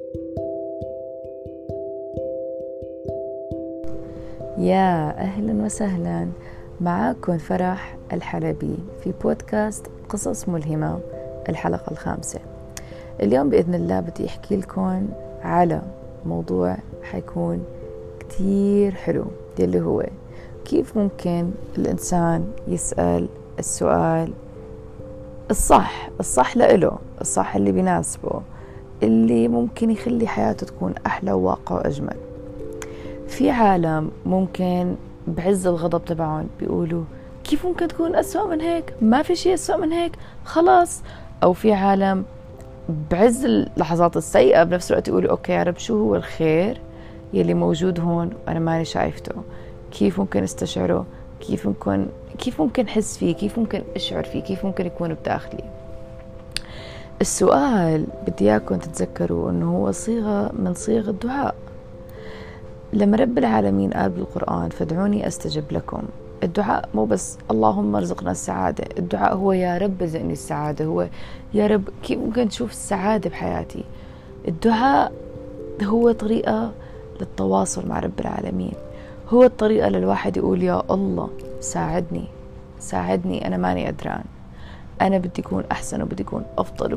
يا أهلا وسهلا، معاكم فرح الحلبي في بودكاست قصص ملهمة الحلقة 5. اليوم بإذن الله بدي أحكي لكم على موضوع حيكون كتير حلو، اللي هو كيف ممكن الإنسان يسأل السؤال الصح لإله، الصح اللي بيناسبه، اللي ممكن يخلي حياته تكون أحلى وواقع وأجمل. في عالم ممكن بعز الغضب تبعهم بيقولوا كيف ممكن تكون أسوأ من هيك، ما في شيء أسوأ من هيك، خلاص. أو في عالم بعز اللحظات السيئة بنفس الوقت يقولوا أوكي يا رب، شو هو الخير يلي موجود هون وأنا ماني شايفته؟ كيف ممكن استشعره؟ كيف ممكن أحس فيه؟ كيف ممكن أشعر فيه؟ كيف ممكن يكون بداخلي؟ السؤال بدي إياكم تتذكروا أنه هو صيغة من صيغ الدعاء. لما رب العالمين قال بالقرآن فادعوني أستجب لكم، الدعاء مو بس اللهم ارزقنا السعادة، الدعاء هو يا رب ارزقني السعادة، هو يا رب كيف ممكن تشوف السعادة بحياتي. الدعاء هو طريقة للتواصل مع رب العالمين، هو الطريقة للواحد يقول يا الله ساعدني، أنا ماني قدران، أنا بدي أكون أحسن وبدي أكون أفضل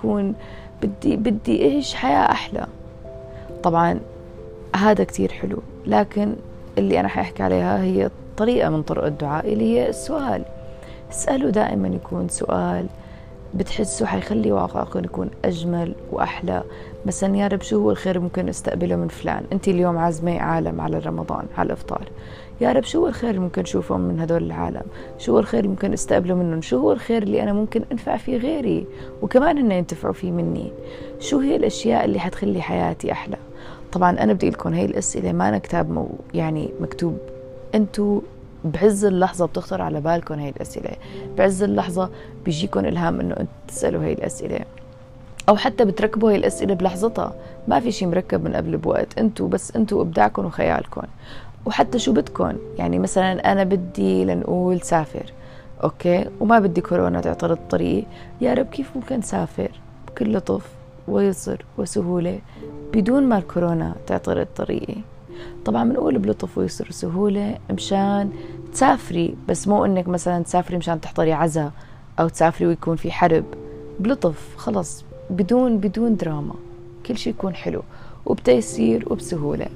بدي أعيش حياة أحلى. طبعا هذا كتير حلو، لكن اللي أنا حأحكي عليها هي طريقة من طرق الدعاء اللي هي السؤال. اسألوا دائما يكون سؤال بتحسوا حيخلي واقعكم يكون أجمل وأحلى. مثلا يا رب شو هو الخير ممكن استقبله من فلان؟ أنت اليوم عازمة عالم على رمضان على الإفطار، يا رب شو هو الخير ممكن أشوفه من هدول العالم؟ شو هو الخير ممكن استقبله منهم؟ شو هو الخير اللي أنا ممكن أنفع فيه غيري وكمان إنه ينتفعوا فيه مني؟ شو هي الأشياء اللي حتخلي حياتي أحلى؟ طبعا أنا بدي لكم هاي الأسئلة ما أنا كتاب يعني مكتوب، أنتوا بعز اللحظة بتخطر على بالكم هاي الأسئلة، بعز اللحظة بيجيكم إلهام إنه أنتوا تسألوا هاي الأسئلة، أو حتى بتركبوا هاي الأسئلة بلحظتها، ما في شيء مركب من قبل بوقت، أنتوا إبداعكم وخيالكم. وحتى شو بدكم، يعني مثلا أنا بدي لنقول سافر، أوكي، وما بدي كورونا تعترض طريقي، يا رب كيف ممكن سافر بكل لطف ويسر وسهولة بدون ما الكورونا تعترض طريقي؟ طبعا بنقول بلطف ويسر وسهولة مشان تسافري، بس مو انك مثلا تسافري مشان تحضري عزا او تسافري ويكون في حرب. بلطف خلص، بدون دراما، كل شيء يكون حلو وبتيسير وبسهولة.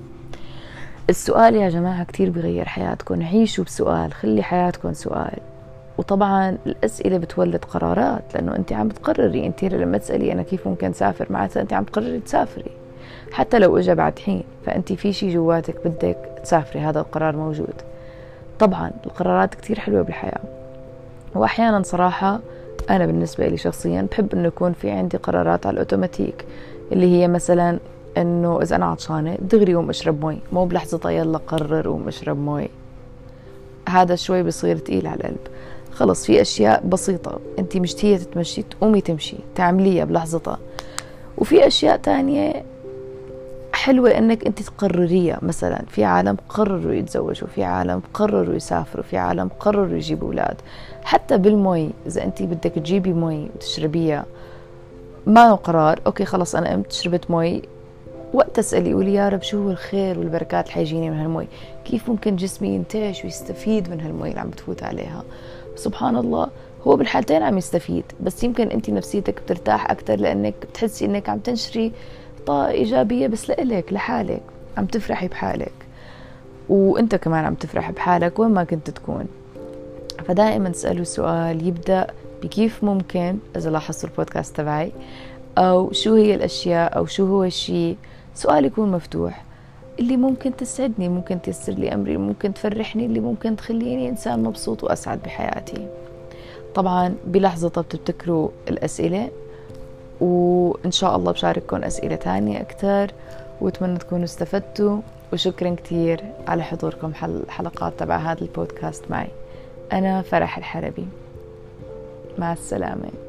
السؤال يا جماعة كتير بيغير حياتكم، عيشوا بسؤال، خلي حياتكم سؤال. وطبعا الأسئلة بتولد قرارات، لأنه أنت عم بتقرري، أنت لما تسألي أنا كيف ممكن سافر، معناتها أنت عم تقرري تسافري، حتى لو إجا بعد حين، فأنت في شي جواتك بدك تسافري، هذا القرار موجود. طبعا القرارات كتير حلوة بالحياة، وأحيانا صراحة أنا بالنسبة لي شخصيا بحب أنه يكون في عندي قرارات على الأوتوماتيك، اللي هي مثلا أنه إذا أنا عطشانة دغري قوم أشرب مي، مو بلحظة يلا قرر قوم أشرب مي، هذا شوي بصير تقيل على القلب. خلص في أشياء بسيطة أنت مشتية تتمشي تقومي تمشي تعمليها بلحظتها، وفي أشياء تانية حلوة أنك أنت تقرريها. مثلا في عالم قرروا يتزوجوا، في عالم قرروا يسافروا، في عالم قرروا يجيبوا أولاد. حتى بالمي، إذا أنت بدك تجيبي مي وتشربيها ما هو قرار، أوكي خلص أنا قمت شربت مي، وقت أسألي قولي يا رب شو هو الخير والبركات اللي حيجيني من هالمي، كيف ممكن جسمي ينتعش ويستفيد من هالمي اللي عم بتفوت عليها. سبحان الله، هو بالحالتين عم يستفيد، بس يمكن أنت نفسيتك بترتاح أكتر لأنك بتحسي أنك عم تنشري طاقة إيجابية بس لإلك لحالك، عم تفرحي بحالك، وأنت كمان عم تفرح بحالك وين ما كنت تكون. فدائما اسألوا سؤال يبدأ بكيف ممكن، إذا لاحظتوا البودكاست تبعي، أو شو هي الأشياء، أو شو هو الشيء. سؤال يكون مفتوح اللي ممكن تسعدني، ممكن تيسر لي أمري، ممكن تفرحني، اللي ممكن تخليني إنسان مبسوط وأسعد بحياتي. طبعا بلحظة بتبتكروا الأسئلة، وإن شاء الله بشارككم أسئلة تانية أكتر، وأتمنى تكونوا استفدتوا. وشكرا كتير على حضوركم حلقات تبع هذا البودكاست معي. أنا فرح الحلبي، مع السلامة.